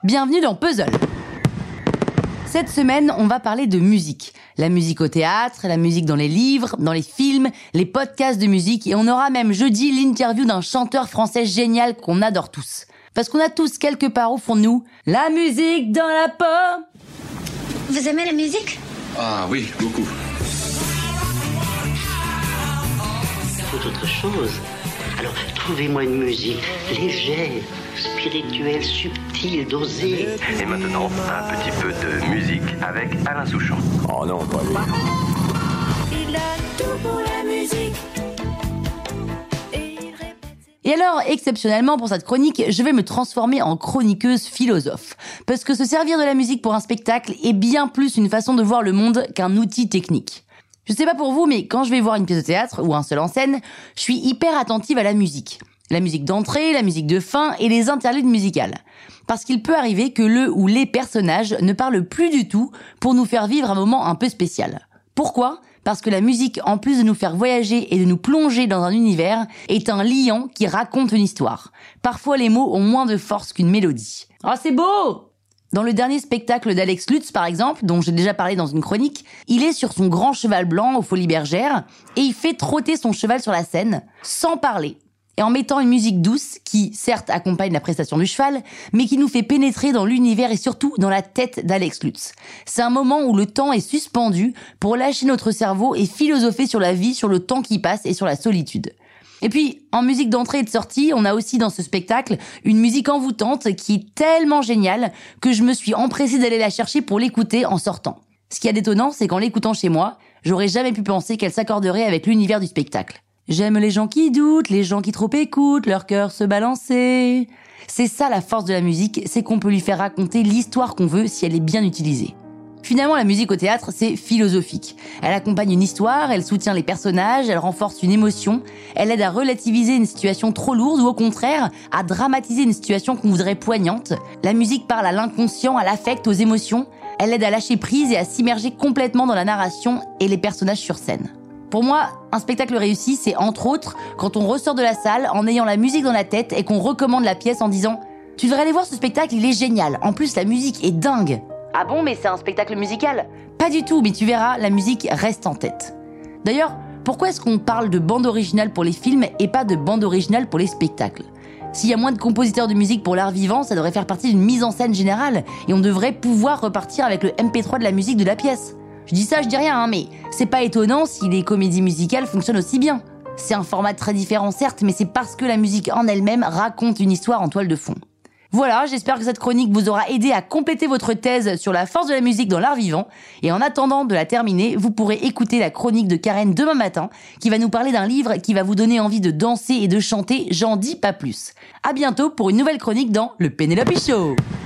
Bienvenue dans Puzzle. Cette semaine, on va parler de musique. La musique au théâtre, la musique dans les livres, dans les films, les podcasts de musique, et on aura même jeudi l'interview d'un chanteur français génial qu'on adore tous. Parce qu'on a tous quelque part au fond de nous, la musique dans la peau. Vous aimez la musique ? Ah oui, beaucoup. Tout autre chose. Alors, trouvez-moi une musique légère, spirituelle, subtile, dosée. Et maintenant, un petit peu de musique avec Alain Souchon. Oh non, pas lui. Il a tout pour la musique. Et alors, exceptionnellement pour cette chronique, je vais me transformer en chroniqueuse philosophe. Parce que se servir de la musique pour un spectacle est bien plus une façon de voir le monde qu'un outil technique. Je sais pas pour vous, mais quand je vais voir une pièce de théâtre ou un seul en scène, je suis hyper attentive à la musique. La musique d'entrée, la musique de fin et les interludes musicales. Parce qu'il peut arriver que le ou les personnages ne parlent plus du tout pour nous faire vivre un moment un peu spécial. Pourquoi ? Parce que la musique, en plus de nous faire voyager et de nous plonger dans un univers, est un liant qui raconte une histoire. Parfois, les mots ont moins de force qu'une mélodie. Oh, c'est beau ! Dans le dernier spectacle d'Alex Lutz, par exemple, dont j'ai déjà parlé dans une chronique, il est sur son grand cheval blanc aux Folies Bergères et il fait trotter son cheval sur la scène, sans parler, et en mettant une musique douce qui, certes, accompagne la prestation du cheval, mais qui nous fait pénétrer dans l'univers et surtout dans la tête d'Alex Lutz. C'est un moment où le temps est suspendu pour lâcher notre cerveau et philosopher sur la vie, sur le temps qui passe et sur la solitude. Et puis, en musique d'entrée et de sortie, on a aussi dans ce spectacle une musique envoûtante qui est tellement géniale que je me suis empressée d'aller la chercher pour l'écouter en sortant. Ce qui est étonnant, c'est qu'en l'écoutant chez moi, j'aurais jamais pu penser qu'elle s'accorderait avec l'univers du spectacle. J'aime les gens qui doutent, les gens qui trop écoutent, leur cœur se balancer. C'est ça la force de la musique, c'est qu'on peut lui faire raconter l'histoire qu'on veut si elle est bien utilisée. Finalement, la musique au théâtre, c'est philosophique. Elle accompagne une histoire, elle soutient les personnages, elle renforce une émotion, elle aide à relativiser une situation trop lourde ou au contraire, à dramatiser une situation qu'on voudrait poignante. La musique parle à l'inconscient, à l'affect, aux émotions. Elle aide à lâcher prise et à s'immerger complètement dans la narration et les personnages sur scène. Pour moi, un spectacle réussi, c'est entre autres quand on ressort de la salle en ayant la musique dans la tête et qu'on recommande la pièce en disant « Tu devrais aller voir ce spectacle, il est génial. En plus, la musique est dingue. » Ah bon, mais c'est un spectacle musical ? Pas du tout, mais tu verras, la musique reste en tête. D'ailleurs, pourquoi est-ce qu'on parle de bande originale pour les films et pas de bande originale pour les spectacles ? S'il y a moins de compositeurs de musique pour l'art vivant, ça devrait faire partie d'une mise en scène générale et on devrait pouvoir repartir avec le MP3 de la musique de la pièce. Je dis ça, je dis rien, mais c'est pas étonnant si les comédies musicales fonctionnent aussi bien. C'est un format très différent certes, mais c'est parce que la musique en elle-même raconte une histoire en toile de fond. Voilà, j'espère que cette chronique vous aura aidé à compléter votre thèse sur la force de la musique dans l'art vivant. Et en attendant de la terminer, vous pourrez écouter la chronique de Karen demain matin, qui va nous parler d'un livre qui va vous donner envie de danser et de chanter, j'en dis pas plus. À bientôt pour une nouvelle chronique dans le Pénélope Show.